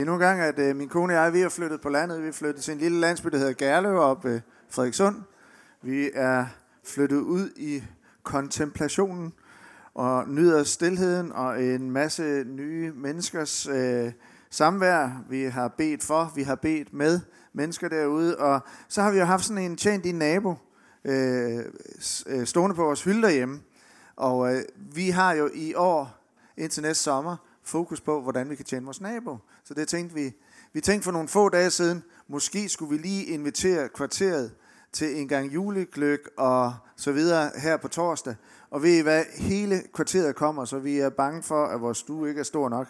Endnu en gang, at min kone og jeg, vi er flyttet på landet. Vi er flyttet til en lille landsby, der hedder Gerlev, op ved Frederikssund. Vi er flyttet ud i kontemplationen og nyder stilheden og en masse nye menneskers samvær. Vi har bedt med mennesker derude, og så har vi jo haft sådan en tjent din nabo stående på vores hylde derhjemme. Og vi har jo i år indtil næste sommer fokus på, hvordan vi kan tjene vores nabo. Så det tænkte vi. Vi tænkte for nogle få dage siden, måske skulle vi lige invitere kvarteret til en gang julegløgg og så videre her på torsdag. Og ved I hvad, hele kvarteret kommer, så vi er bange for, at vores stue ikke er stor nok.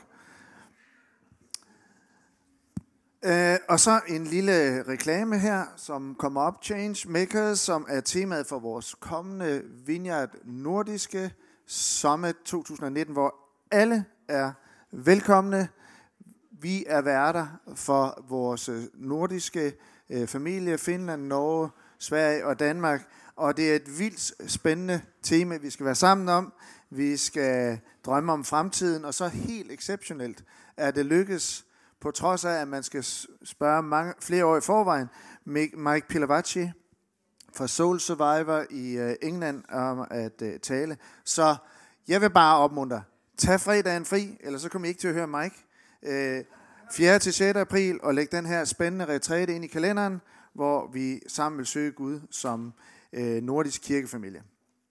Og så en lille reklame her, som kommer op. Change Makers, som er temaet for vores kommende Vineyard Nordiske Summit 2019, hvor alle er velkomne. Vi er værter for vores nordiske familie, Finland, Norge, Sverige og Danmark. Og det er et vildt spændende tema, vi skal være sammen om. Vi skal drømme om fremtiden, og så helt exceptionelt er det lykkes, på trods af, at man skal spørge flere år i forvejen, Mike Pilavachi fra Soul Survivor i England om at tale. Så jeg vil bare opmuntre. Tag fredagen fri, ellers så kommer I ikke til at høre Mike. 4. til 6. april, og læg den her spændende retræte ind i kalenderen, hvor vi sammen vil søge Gud som nordisk kirkefamilie.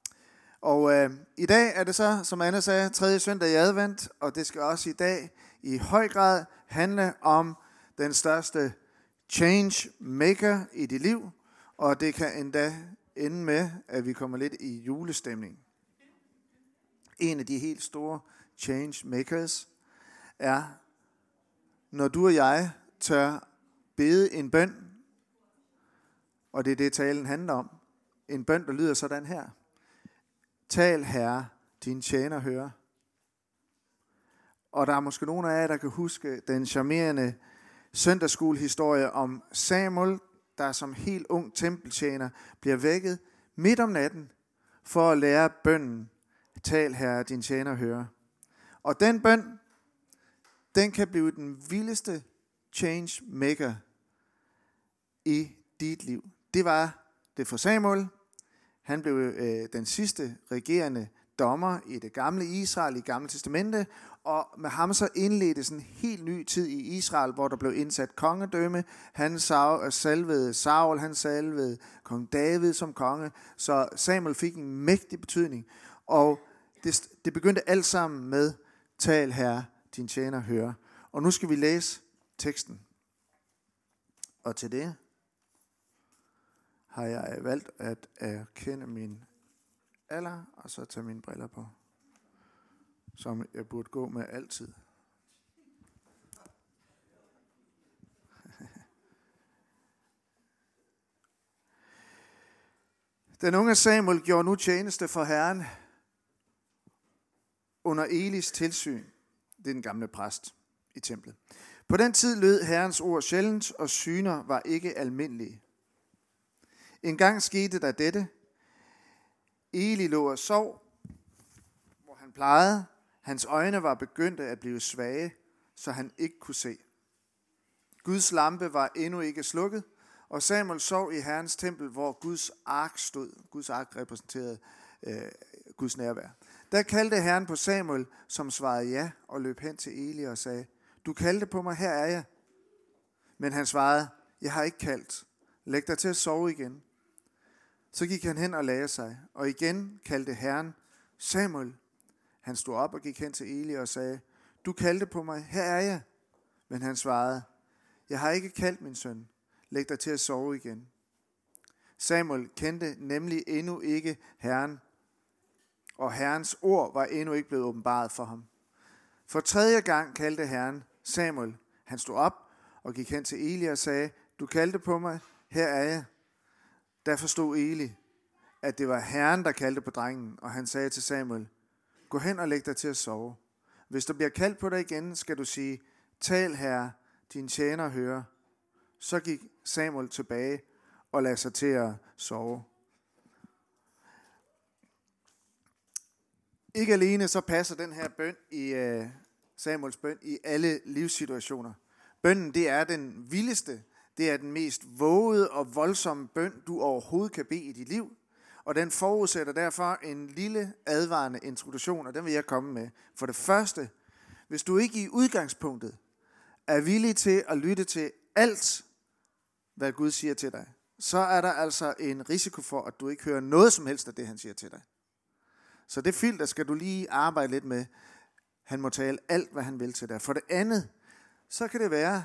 Og i dag er det så, som Anna sagde, 3. søndag i advent, og det skal også i dag i høj grad handle om den største change maker i dit liv, og det kan endda ende med, at vi kommer lidt i julestemning. En af de helt store change makers er, når du og jeg tør bede en bøn, og det er det, talen handler om. En bøn, der lyder sådan her. Tal, Herre, din tjener hører. Og der er måske nogen af jer, der kan huske den charmerende søndagsskolehistorie om Samuel, der som helt ung tempeltjener bliver vækket midt om natten for at lære bønnen. Tal, Herre, din tjener hører. Og den bøn, den kan blive den vildeste change maker i dit liv. Det var det for Samuel. Han blev den sidste regerende dommer i det gamle Israel, i Gamle Testamente, og med ham så indledte sådan en helt ny tid i Israel, hvor der blev indsat kongedømme. Han salvede Saul, han salvede kong David som konge, så Samuel fik en mægtig betydning. Og det begyndte alt sammen med, tal, Herre, din tjener hører. Og nu skal vi læse teksten. Og til det har jeg valgt at erkende min alder, og så tage mine briller på, som jeg burde gå med altid. Den unge Samuel gjorde nu tjeneste for Herren under Elis tilsyn. Det er den gamle præst i templet. På den tid lød Herrens ord sjældent, og syner var ikke almindelige. En gang skete der dette. Eli lå og sov, hvor han plejede. Hans øjne var begyndte at blive svage, så han ikke kunne se. Guds lampe var endnu ikke slukket, og Samuel sov i Herrens tempel, hvor Guds ark stod. Guds ark repræsenterede Guds nærvær. Der kaldte Herren på Samuel, som svarede ja, og løb hen til Eli og sagde, du kaldte på mig, her er jeg. Men han svarede, jeg har ikke kaldt. Læg dig til at sove igen. Så gik han hen og lagde sig, og igen kaldte Herren, Samuel. Han stod op og gik hen til Eli og sagde, du kaldte på mig, her er jeg. Men han svarede, jeg har ikke kaldt min søn. Læg dig til at sove igen. Samuel kendte nemlig endnu ikke Herren, og Herrens ord var endnu ikke blevet åbenbaret for ham. For 3. gang kaldte Herren Samuel. Han stod op og gik hen til Eli og sagde, du kaldte på mig, her er jeg. Da forstod Eli, at det var Herren, der kaldte på drengen, og han sagde til Samuel, gå hen og læg dig til at sove. Hvis der bliver kaldt på dig igen, skal du sige, tal, Herre, din tjener hører. Så gik Samuel tilbage og lagde sig til at sove. Ikke alene så passer den her bøn i Samuels bøn i alle livssituationer. Bønnen, det er den vildeste, det er den mest vågede og voldsomme bøn, du overhovedet kan bede i dit liv. Og den forudsætter derfor en lille advarende introduktion, og den vil jeg komme med. For det første, hvis du ikke i udgangspunktet er villig til at lytte til alt, hvad Gud siger til dig, så er der altså en risiko for, at du ikke hører noget som helst af det, han siger til dig. Så det filter skal du lige arbejde lidt med. Han må tale alt, hvad han vil til dig. For det andet, så kan det være,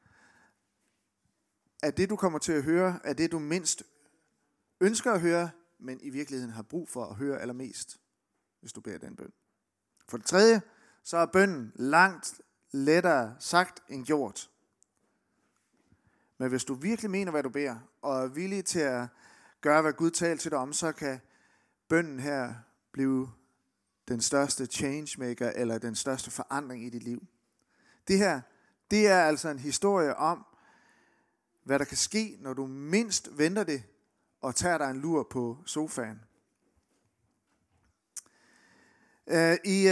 at det, du kommer til at høre, er det, du mindst ønsker at høre, men i virkeligheden har brug for at høre allermest, hvis du beder den bøn. For det tredje, så er bønnen langt lettere sagt end gjort. Men hvis du virkelig mener, hvad du beder, og er villig til at gøre, hvad Gud taler til dig om, så kan bønnen her blive den største changemaker, eller den største forandring i dit liv. Det her, det er altså en historie om, hvad der kan ske, når du mindst venter det, og tager dig en lur på sofaen. I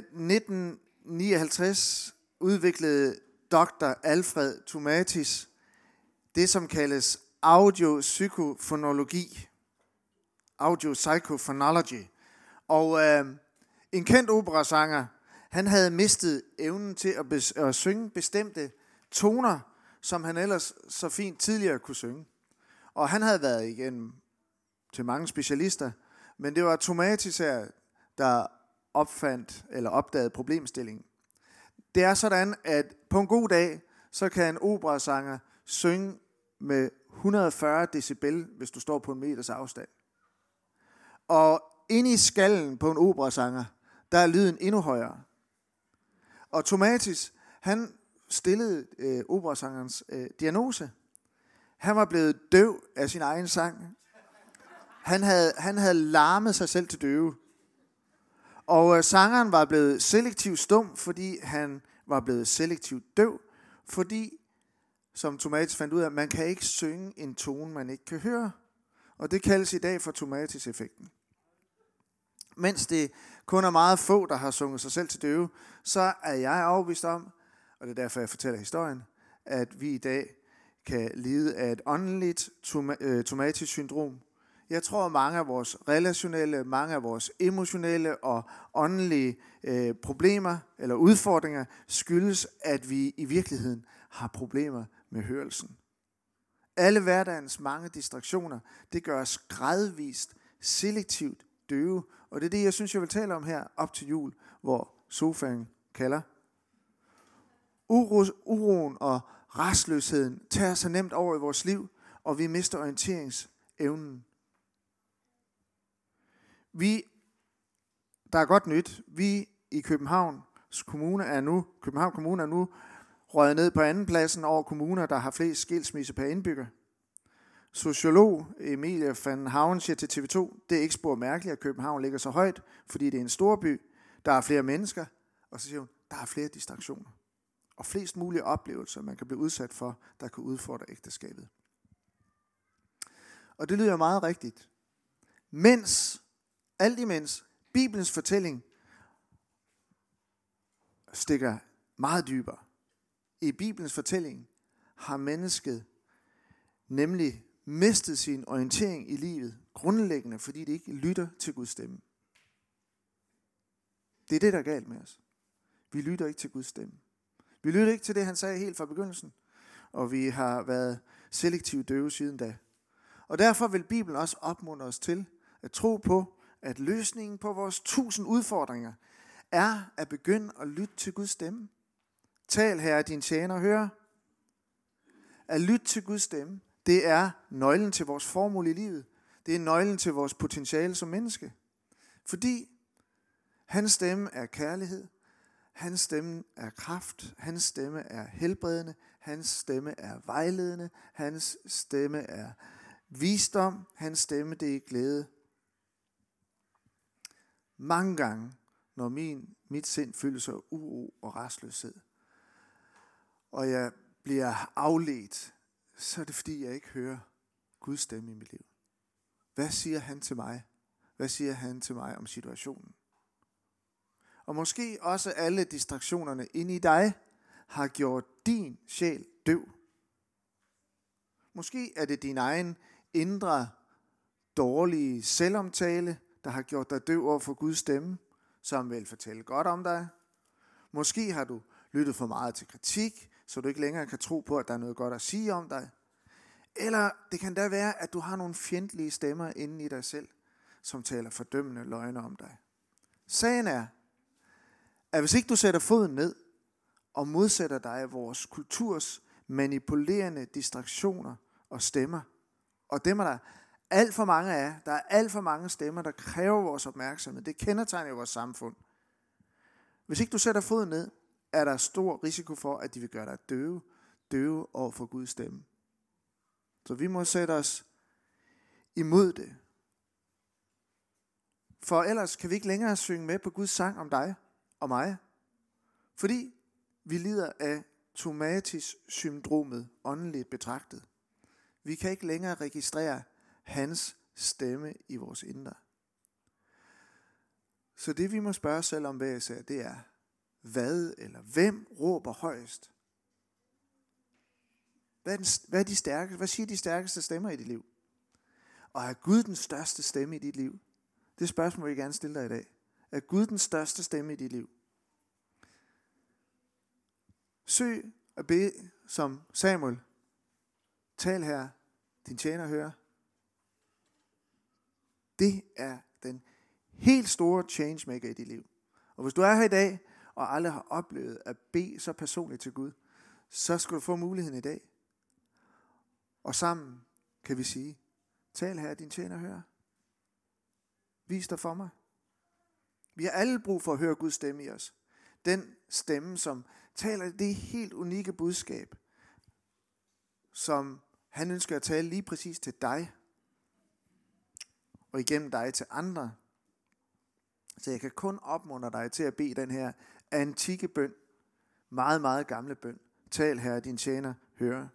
1959 udviklede Dr. Alfred Tomatis det, som kaldes audiopsykofonologi. Audiopsychophonology. Og en kendt operasanger, han havde mistet evnen til at synge bestemte toner, som han ellers så fint tidligere kunne synge. Og han havde været igennem til mange specialister, men det var Tomatis her, der opdagede problemstillingen. Det er sådan, at på en god dag, så kan en operasanger synge med 140 decibel, hvis du står på en meters afstand. Og inde i skallen på en operasanger, der er lyden endnu højere. Og Tomatis, han stillede operasangerens diagnose. Han var blevet døv af sin egen sang. Han havde larmet sig selv til døve. Og sangeren var blevet selektivt stum, fordi han var blevet selektivt døv. Fordi, som Tomatis fandt ud af, man kan ikke synge en tone, man ikke kan høre. Og det kaldes i dag for Tomatis-effekten. Mens det kun er meget få, der har sunget sig selv til døve, så er jeg overbevist om, og det er derfor, jeg fortæller historien, at vi i dag kan lide af et åndeligt Tomatis-syndrom. Jeg tror, mange af vores relationelle, mange af vores emotionelle og åndelige problemer eller udfordringer skyldes, at vi i virkeligheden har problemer med hørelsen. Alle hverdagens mange distraktioner, det gør os gradvist selektivt døve, og det er det, jeg synes, jeg vil tale om her op til jul, hvor sofaen kalder. Uroen og rastløsheden tager sig nemt over i vores liv, og vi mister orienteringsevnen. Der er godt nyt. Vi i København Kommune er nu røget ned på andenpladsen over kommuner, der har flest skilsmisser per indbygger. Sociolog Emilie van Havn siger til TV2, det er ikke spor mærkeligt, at København ligger så højt, fordi det er en storby, der er flere mennesker, og så siger hun, der er flere distraktioner. Og flest mulige oplevelser, man kan blive udsat for, der kan udfordre ægteskabet. Og det lyder meget rigtigt. Alt imens, Bibelens fortælling stikker meget dybere. I Bibelens fortælling har mennesket nemlig mistet sin orientering i livet, grundlæggende, fordi det ikke lytter til Guds stemme. Det er det, der er galt med os. Vi lytter ikke til Guds stemme. Vi lytter ikke til det, han sagde helt fra begyndelsen, og vi har været selektivt døve siden da. Og derfor vil Bibelen også opmuntre os til at tro på, at løsningen på vores 1000 udfordringer er at begynde at lytte til Guds stemme. Tal, Herre, din tjener hører. At lytte til Guds stemme, det er nøglen til vores formål i livet. Det er nøglen til vores potentiale som menneske. Fordi hans stemme er kærlighed, hans stemme er kraft, hans stemme er helbredende, hans stemme er vejledende, hans stemme er visdom, hans stemme det er glæde. Mange gange, når mit sind fyldes af uro og rastløshed, og jeg bliver afledt, så er det fordi, jeg ikke hører Guds stemme i mit liv. Hvad siger han til mig? Hvad siger han til mig om situationen? Og måske også alle distraktionerne inde i dig har gjort din sjæl døv. Måske er det din egen indre dårlige selvomtale, der har gjort dig døv over for Guds stemme, som vil fortælle godt om dig. Måske har du lyttet for meget til kritik, så du ikke længere kan tro på, at der er noget godt at sige om dig. Eller det kan da være, at du har nogle fjendtlige stemmer inde i dig selv, som taler fordømmende løgne om dig. Sagen er, at hvis ikke du sætter foden ned og modsætter dig af vores kulturs manipulerende distraktioner og stemmer, og dem er der alt for mange af, der er alt for mange stemmer, der kræver vores opmærksomhed. Det kendetegner jo vores samfund. Hvis ikke du sætter foden ned, er der stor risiko for, at de vil gøre dig døve over for Guds stemme. Så vi må sætte os imod det. For ellers kan vi ikke længere synge med på Guds sang om dig og mig. Fordi vi lider af tomatis-syndromet åndeligt betragtet. Vi kan ikke længere registrere hans stemme i vores indre. Så det vi må spørge os selv om hver især, det er, hvad eller hvem råber højst? Hvad siger de stærkeste stemmer i dit liv? Og er Gud den største stemme i dit liv? Det spørgsmål vil jeg gerne stille dig i dag. Er Gud den største stemme i dit liv? Søg at bede som Samuel. Tal her, din tjener hører. Det er den helt store changemaker i dit liv. Og hvis du er her i dag, og aldrig har oplevet at bede så personligt til Gud, så skal du få muligheden i dag. Og sammen kan vi sige, tal her, din tjener hører. Vis dig for mig. Vi har alle brug for at høre Guds stemme i os. Den stemme, som taler det helt unikke budskab, som han ønsker at tale lige præcis til dig, og igennem dig til andre. Så jeg kan kun opmuntre dig til at bede den her antikke bøn, meget, meget gamle bøn. Tal her, din tjener hører.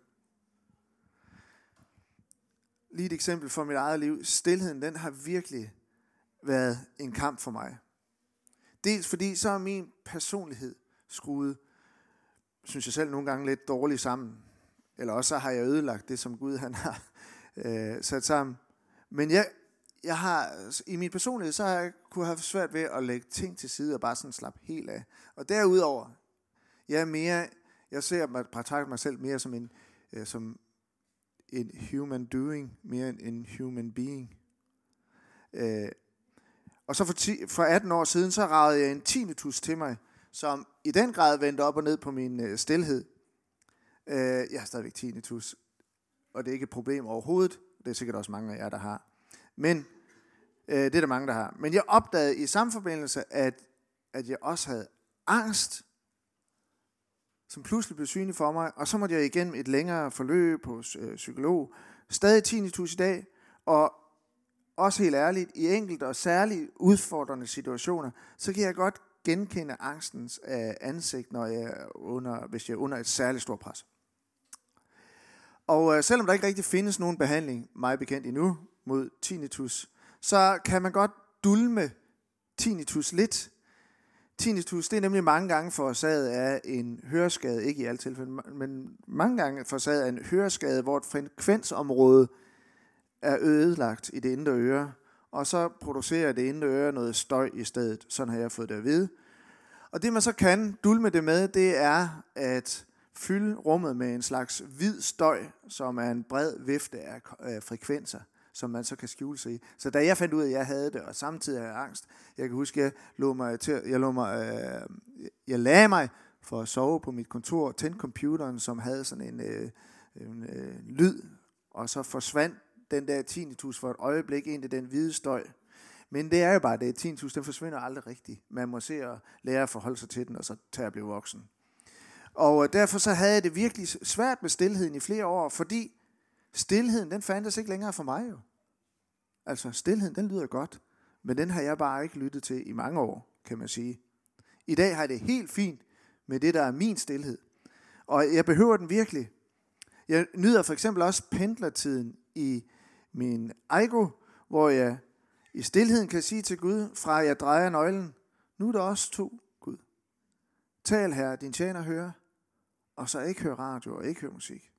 Lige et eksempel fra mit eget liv. Stilheden, den har virkelig været en kamp for mig. Dels fordi så er min personlighed skruet, synes jeg selv nogle gange lidt dårligt sammen. Eller også så har jeg ødelagt det, som Gud han har sat sammen. Men jeg har, i min personlighed, så har jeg kunne have svært ved at lægge ting til side og bare sådan slappe helt af. Og derudover, jeg ser mig, betragter mig selv mere som en human doing, mere end en human being. Og så for 18 år siden, så ragede jeg en tinnitus til mig, som i den grad vendte op og ned på min stilhed. Jeg har stadigvæk tinnitus, og det er ikke et problem overhovedet. Det er sikkert også mange af jer, der har. Men det er der mange, der har. Men jeg opdagede i samme forbindelse, at jeg også havde angst, som pludselig blev synlig for mig. Og så måtte jeg igennem et længere forløb hos psykolog. Stadig tinnitus i dag, og også helt ærligt, i enkelte og særligt udfordrende situationer, så kan jeg godt genkende angstens ansigt, hvis jeg er under et særligt stort pres. Og selvom der ikke rigtig findes nogen behandling, mig bekendt endnu, mod tinnitus, så kan man godt dulme tinnitus lidt. Tinnitus, det er nemlig mange gange forårsaget af en høreskade, ikke i alle tilfælde, men mange gange forårsaget af en høreskade, hvor et frekvensområde er ødelagt i det indre øre, og så producerer det indre øre noget støj i stedet. Sådan har jeg fået det at vide. Og det man så kan dulme det med, det er at fylde rummet med en slags hvid støj, som er en bred vifte af frekvenser, som man så kan skjule sig i. Så da jeg fandt ud af, at jeg havde det, og samtidig havde angst, jeg kan huske, jeg lagde mig for at sove på mit kontor, tændte computeren, som havde sådan en lyd, og så forsvandt den der tinnitus for et øjeblik ind i den hvide støj. Men det er jo bare det, tinnitus, den forsvinder aldrig rigtigt. Man må se og lære at forholde sig til den, og så tage at blive voksen. Og derfor så havde jeg det virkelig svært med stilheden i flere år, fordi stilheden, den fandtes ikke længere for mig jo. Altså stilheden, den lyder godt, men den har jeg bare ikke lyttet til i mange år, kan man sige. I dag har jeg det helt fint med det, der er min stilhed. Og jeg behøver den virkelig. Jeg nyder for eksempel også pendlertiden i min ego, hvor jeg i stilheden kan sige til Gud, fra jeg drejer nøglen, nu er der også to, Gud. Tal her, din tjener hører. og så ikke høre radio og ikke høre musik.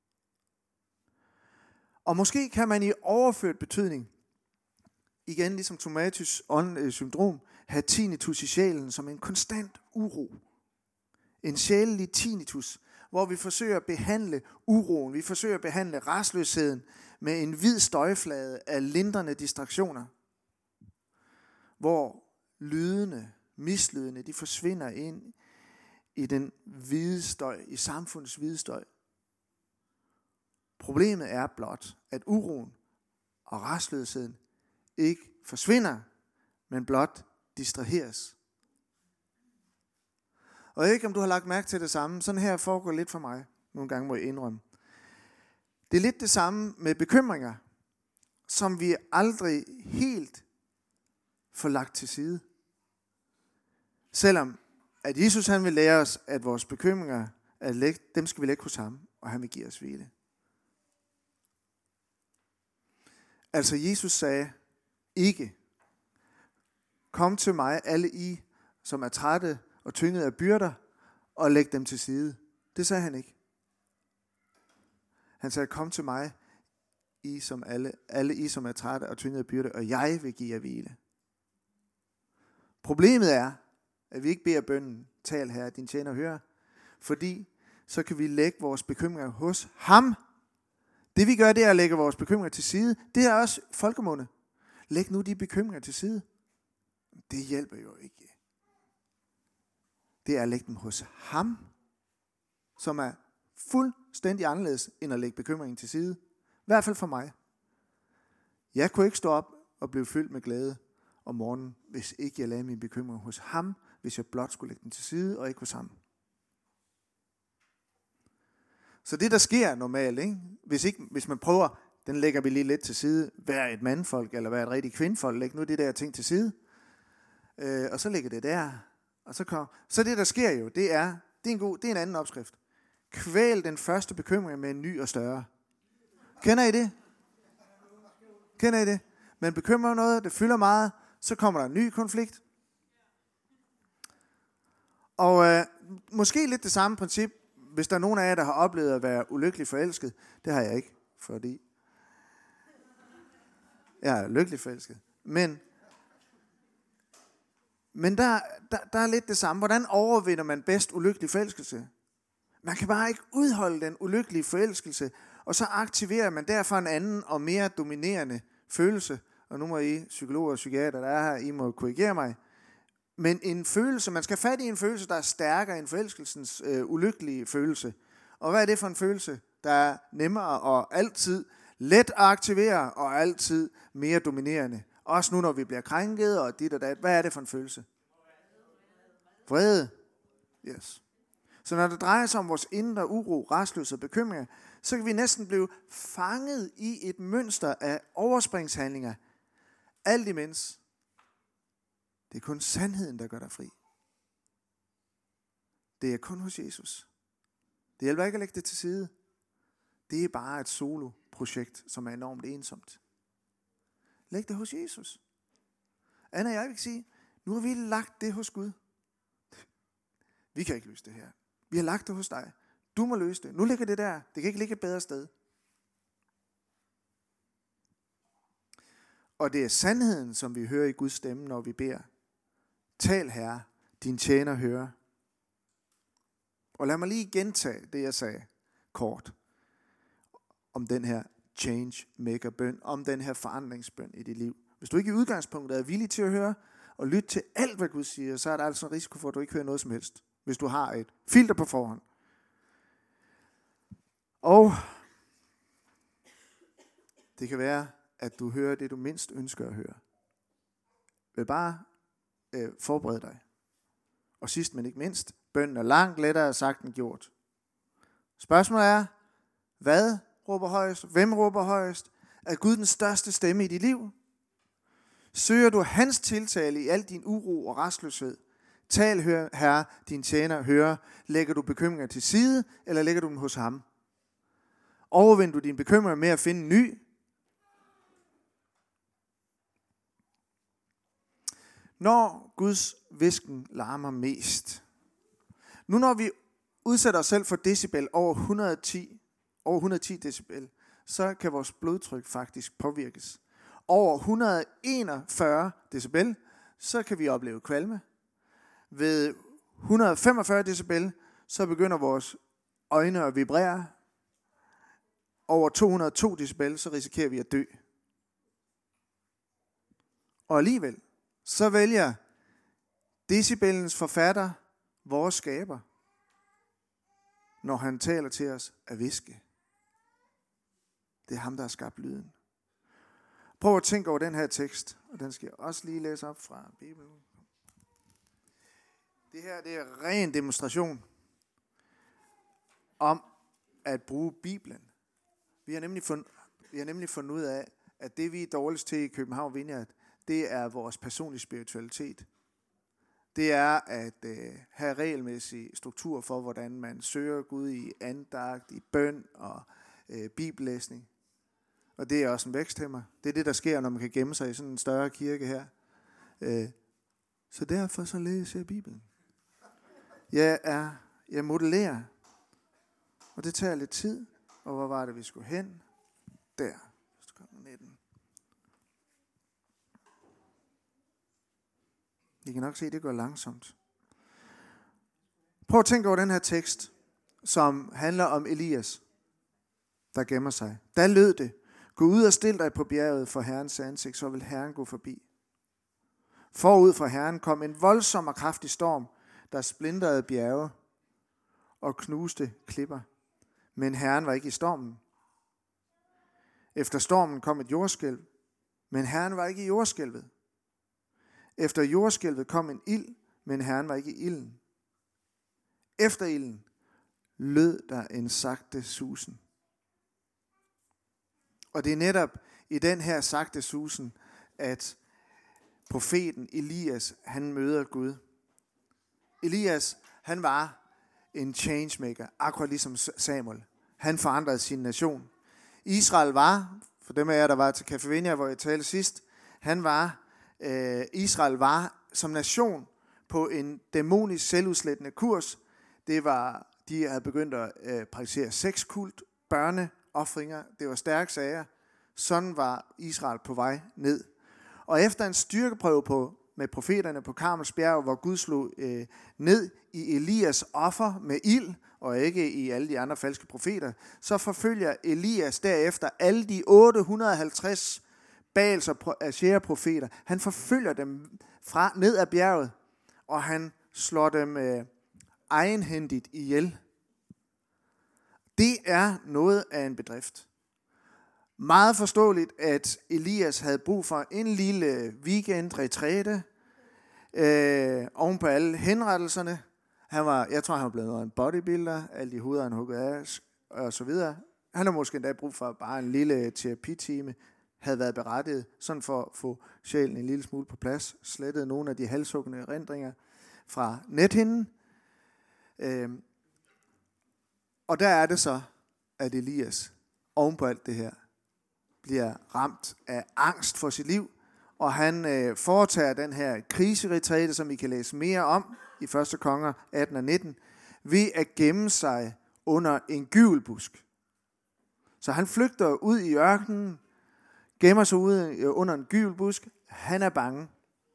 Og måske kan man i overført betydning, igen ligesom Tomatis syndrom, have tinnitus i sjælen som en konstant uro. En sjælelig tinnitus, hvor vi forsøger at behandle uroen, vi forsøger at behandle rastløsheden med en hvid støjflade af lindrende distraktioner, hvor lydene, mislydene, de forsvinder ind i den hvide støj, i samfundets hvide støj. Problemet er blot, at uroen og rastløsheden ikke forsvinder, men blot distraheres. Og jeg ved ikke, om du har lagt mærke til det samme. Sådan her foregår lidt for mig. Nogle gange må jeg indrømme. Det er lidt det samme med bekymringer, som vi aldrig helt får lagt til side. Selvom at Jesus han vil lære os, at vores bekymringer, dem skal vi lægge hos ham, og han vil give os hvile. Altså Jesus sagde ikke, kom til mig alle I, som er trætte og tynget af byrder, og læg dem til side. Det sagde han ikke. Han sagde, kom til mig, alle I, som er trætte og tynget af byrder, og jeg vil give jer hvile. Problemet er, at vi ikke beder bønnen, tal Herre, din tjener hører, fordi så kan vi lægge vores bekymringer hos ham. Det vi gør, det er at lægge vores bekymringer til side. Det er også folkemunde. Læg nu de bekymringer til side. Det hjælper jo ikke. Det er at lægge dem hos ham, som er fuldstændig anderledes, end at lægge bekymringen til side. I hvert fald for mig. Jeg kunne ikke stå op og blive fyldt med glæde om morgenen, hvis ikke jeg lagde min bekymring hos ham, hvis jeg blot skulle lægge den til side og ikke hos ham. Så det der sker normalt, ikke? Hvis man prøver, den lægger vi lige lidt til side, vær et mandfolk eller vær et rigtig kvindfolk, læg nu det der ting til side, og så lægger det der, og så det der sker jo, det er en anden opskrift. Kvæl den første bekymring med en ny og større. Kender I det? Kender I det? Man bekymrer noget, det fylder meget, så kommer der en ny konflikt. Og måske lidt det samme princip, hvis der er nogen af jer, der har oplevet at være ulykkelig forelsket. Det har jeg ikke, fordi jeg er lykkelig forelsket. Men der er lidt det samme. Hvordan overvinder man bedst ulykkelig forelskelse? Man kan bare ikke udholde den ulykkelige forelskelse, og så aktiverer man derfor en anden og mere dominerende følelse. Og nu må I, psykologer og psykiater, der er her, I må korrigere mig. Men en følelse, man skal fat i en følelse, der er stærkere end forelskelsens ulykkelige følelse. Og hvad er det for en følelse, der er nemmere og altid let at aktivere, og altid mere dominerende? Også nu, når vi bliver krænket og dit og dat. Hvad er det for en følelse? Vrede. Yes. Så når det drejer sig om vores indre uro, rastløshed og bekymringer, så kan vi næsten blive fanget i et mønster af overspringshandlinger. Alt imens det er kun sandheden, der gør dig fri. Det er kun hos Jesus. Det hjælper ikke at lægge det til side. Det er bare et solo-projekt, som er enormt ensomt. Læg det hos Jesus. Anna og jeg vil sige, nu har vi lagt det hos Gud. Vi kan ikke løse det her. Vi har lagt det hos dig. Du må løse det. Nu ligger det der. Det kan ikke ligge et bedre sted. Og det er sandheden, som vi hører i Guds stemme, når vi beder. Tal Herre, din tjener hører. Og lad mig lige gentage det, jeg sagde kort. Om den her change maker bøn. Om den her forandringsbøn i dit liv. Hvis du ikke i udgangspunktet er villig til at høre og lytte til alt, hvad Gud siger, så er der altså en risiko for, at du ikke hører noget som helst. Hvis du har et filter på forhånd. Og det kan være, at du hører det, du mindst ønsker at høre. Vil bare forberede dig. Og sidst, men ikke mindst, bønnen er langt lettere sagt end gjort. Spørgsmålet er, hvad råber højest? Hvem råber højest? Er Gud den største stemme i dit liv? Søger du hans tiltale i al din uro og rastløshed? Tal, Herre, din tjener hører. Lægger du bekymringer til side, eller lægger du dem hos ham? Overvinder du dine bekymringer med at finde en ny? Når Guds hvisken larmer mest. Nu når vi udsætter os selv for decibel over 110 decibel, så kan vores blodtryk faktisk påvirkes. Over 141 decibel, så kan vi opleve kvalme. Ved 145 decibel, så begynder vores øjne at vibrere. Over 202 decibel, så risikerer vi at dø. Og alligevel, så vælger decibelens forfatter vores skaber, når han taler til os, at hviske. Det er ham, der har skabt lyden. Prøv at tænke over den her tekst, og den skal jeg også lige læse op fra Bibelen. Det her, det er ren demonstration om at bruge Bibelen. Vi har nemlig fundet ud af, at det vi er dårligst til i København Vineyard, det er vores personlige spiritualitet. Det er at have regelmæssig struktur for, hvordan man søger Gud i andagt, i bøn og bibellæsning. Og det er også en væksthæmmer. Det er det, der sker, når man kan gemme sig i sådan en større kirke her. Så derfor så læser jeg Bibelen. Jeg modellerer. Og det tager lidt tid. Og hvor var det, vi skulle hen? Der. Så kommer 19. I kan nok se, at det går langsomt. Prøv at tænke over den her tekst, som handler om Elias, der gemmer sig. Der lød det: gå ud og stil dig på bjerget for Herrens ansigt, så vil Herren gå forbi. Forud for Herren kom en voldsom og kraftig storm, der splintede bjerge og knuste klipper. Men Herren var ikke i stormen. Efter stormen kom et jordskælv, men Herren var ikke i jordskælvet. Efter jordskælvet kom en ild, men Herren var ikke i ilden. Efter ilden lød der en sagte susen. Og det er netop i den her sagte susen, at profeten Elias, han møder Gud. Elias, han var en changemaker, akkurat ligesom Samuel. Han forandrede sin nation. Israel var, for dem af jer, der var til Café Vineyard, hvor jeg talte sidst, Israel var som nation på en dæmonisk selvudslættende kurs. De havde begyndt at praktisere sexkult, børneofringer. Det var stærke sager. Sådan var Israel på vej ned. Og efter en styrkeprøve med profeterne på Karmels bjerg, hvor Gud slog ned i Elias offer med ild, og ikke i alle de andre falske profeter, så forfølger Elias derefter alle de 850 Baals og Asherah-profeter. Han forfølger dem ned ad bjerget, og han slår dem egenhændigt ihjel. Det er noget af en bedrift. Meget forståeligt, at Elias havde brug for en lille weekend-retræte oven på alle henrettelserne. Jeg tror, han var blevet en bodybuilder, alle de hoveder, han huggede af, og så videre. Han har måske endda brug for bare en lille terapitime, havde været berettiget, sådan for at få sjælen en lille smule på plads, slettede nogle af de halshuggende erindringer fra nethinden. Og der er det så, at Elias, oven på alt det her, bliver ramt af angst for sit liv, og han foretager den her kriseretræte, som vi kan læse mere om i 1. Konger 18 og 19, ved at gemme sig under en gyvelbusk. Så han flygter ud i ørkenen, gemmer sig ude under en gyvelbusk. Han er bange.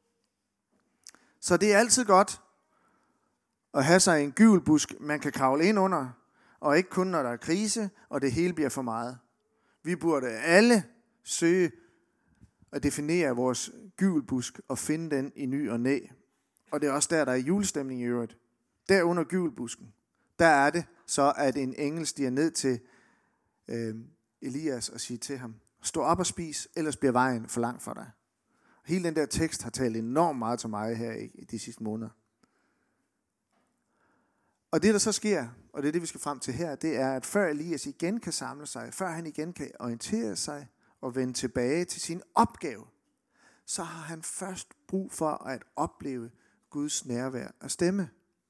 Så det er altid godt at have sig en gyvelbusk, man kan kravle ind under, og ikke kun når der er krise, og det hele bliver for meget. Vi burde alle søge at definere vores gyvelbusk og finde den i ny og næ. Og det er også der er julestemning i øvrigt. Der under gyvelbusken, der er det så, at en engel stiger ned til Elias og siger til ham: stå op og spis, ellers bliver vejen for lang for dig. Hele den der tekst har talt enormt meget til mig her i de sidste måneder. Og det der så sker, og det er det vi skal frem til her, det er, at før Elias igen kan samle sig, før han igen kan orientere sig og vende tilbage til sin opgave, så har han først brug for at opleve Guds nærvær og stemme.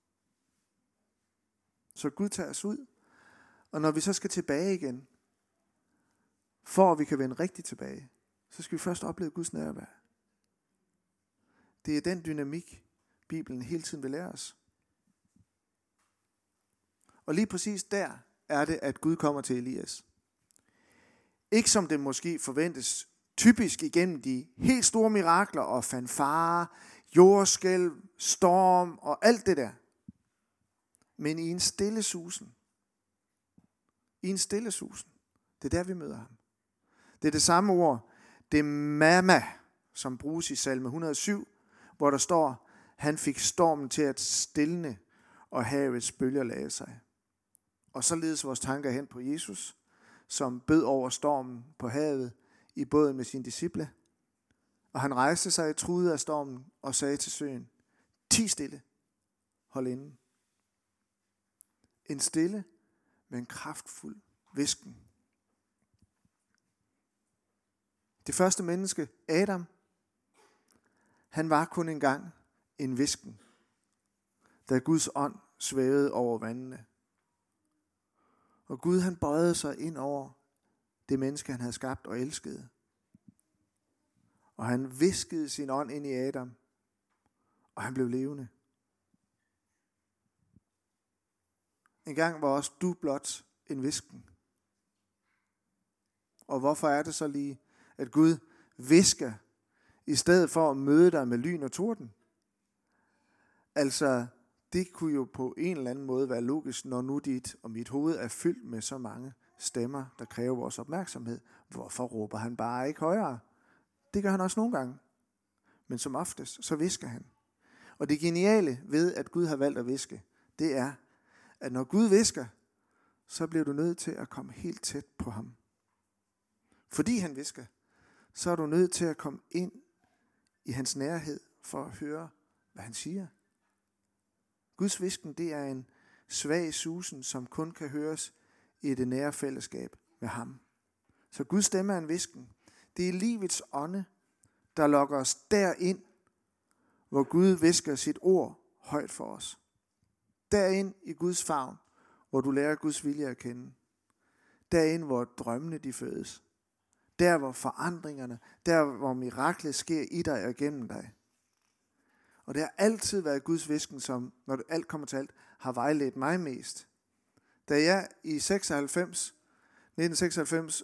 Så Gud tager os ud, og når vi så skal tilbage igen, for at vi kan vende rigtigt tilbage, så skal vi først opleve Guds nærvær. Det er den dynamik, Bibelen hele tiden vil lære os. Og lige præcis der er det, at Gud kommer til Elias. Ikke som det måske forventes, typisk igennem de helt store mirakler og fanfarer, jordskælv, storm og alt det der. Men i en stille susen. I en stille susen. Det er der, vi møder ham. Det er det samme ord, det mamma, som bruges i salme 107, hvor der står, han fik stormen til at stilne, og havets bølger lagde sig. Og så ledes vores tanker hen på Jesus, som bød over stormen på havet i båden med sine disciple. Og han rejste sig, truede af stormen og sagde til søen, ti stille, hold inde. En stille, men kraftfuld hvisken. Det første menneske, Adam, han var kun engang en hvisken, da Guds ånd svævede over vandene. Og Gud han bøjede sig ind over det menneske, han havde skabt og elskede. Og han hviskede sin ånd ind i Adam, og han blev levende. En gang var også du blot en hvisken. Og hvorfor er det så lige, at Gud hvisker, i stedet for at møde dig med lyn og torden? Altså, det kunne jo på en eller anden måde være logisk, når nu dit og mit hoved er fyldt med så mange stemmer, der kræver vores opmærksomhed. Hvorfor råber han bare ikke højere? Det gør han også nogle gange. Men som oftest, så hvisker han. Og det geniale ved, at Gud har valgt at hviske, det er, at når Gud hvisker, så bliver du nødt til at komme helt tæt på ham. Fordi han hvisker, så er du nødt til at komme ind i hans nærhed for at høre, hvad han siger. Guds hvisken, det er en svag susen, som kun kan høres i det nære fællesskab med ham. Så Guds stemme er en hvisken. Det er livets ånde, der lokker os derind, hvor Gud hvisker sit ord højt for os. Derind i Guds favn, hvor du lærer Guds vilje at kende. Derind, hvor drømmene de fødes. Der, hvor forandringerne, der, hvor miraklet sker i dig og gennem dig. Og det har altid været Guds hvisken, som, når det alt kommer til alt, har vejledt mig mest. Da jeg i 1996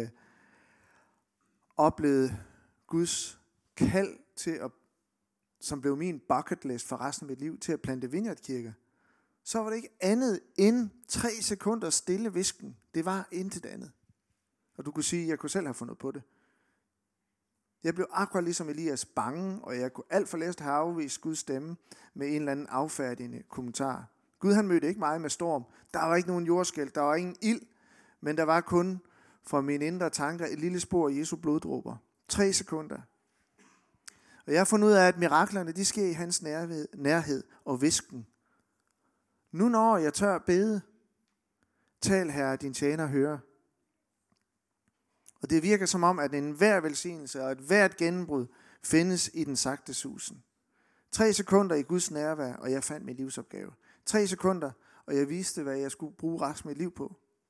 oplevede Guds kald til at, som blev min bucket list for resten af mit liv, til at plante vineyardkirker, så var det ikke andet end 3 sekunder stille hvisken. Det var intet andet. Og du kunne sige, at jeg kunne selv have fundet på det. Jeg blev akkurat ligesom Elias bange, og jeg kunne alt for læst have afvist Guds stemme med en eller anden affærdigende kommentar. Gud han mødte ikke mig med storm. Der var ikke nogen jordskælv, der var ingen ild, men der var kun fra mine indre tanker et lille spor af Jesu bloddråber. 3 sekunder. Og jeg har fundet ud af, at miraklerne de sker i hans nærhed og hvisken. Nu når jeg tør bede, tal Herre, din tjener hører. Og det virker som om, at enhver velsignelse og et hvert gennembrud findes i den sagte susen. 3 sekunder i Guds nærvær, og jeg fandt min livsopgave. 3 sekunder, og jeg vidste, hvad jeg skulle bruge resten af mit liv på.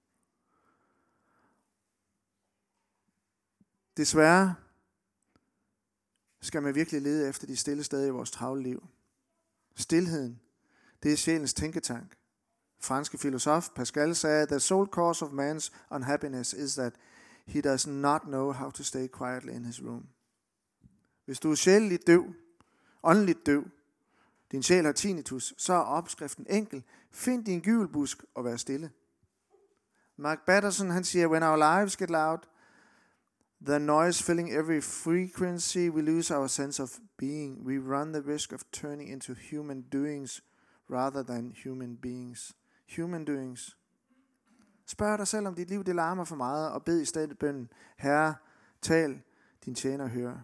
Desværre skal man virkelig lede efter de stille steder i vores travle liv. Stilheden, det er sjælens tænketank. Franske filosof Pascal sagde, the sole cause of man's unhappiness is that he does not know how to stay quietly in his room. Hvis du er sjæleligt døv, åndeligt døv, din sjæl har tinnitus, så er opskriften enkel. Find din gyvelbusk og vær stille. Mark Batterson han siger, when our lives get loud, the noise filling every frequency, we lose our sense of being. We run the risk of turning into human doings rather than human beings. Human doings. Spørg dig selv, om dit liv det larmer for meget, og bed i stedet bønnen, Herre, tal, din tjener hører.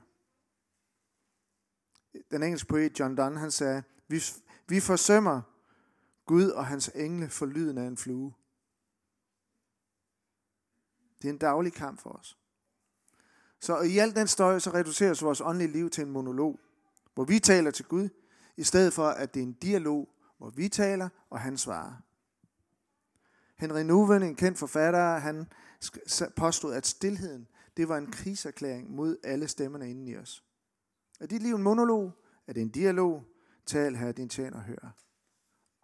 Den engelske poet John Donne, han sagde, vi forsømmer Gud og hans engle for lyden af en flue. Det er en daglig kamp for os. Så i al den støj, så reduceres vores åndelige liv til en monolog, hvor vi taler til Gud, i stedet for at det er en dialog, hvor vi taler, og han svarer. Henry Nouwen, en kendt forfatter, han påstod, at stilheden, det var en krigserklæring mod alle stemmerne inden i os. Er dit liv en monolog? Er det en dialog? Tal, Herre, din tjener hører.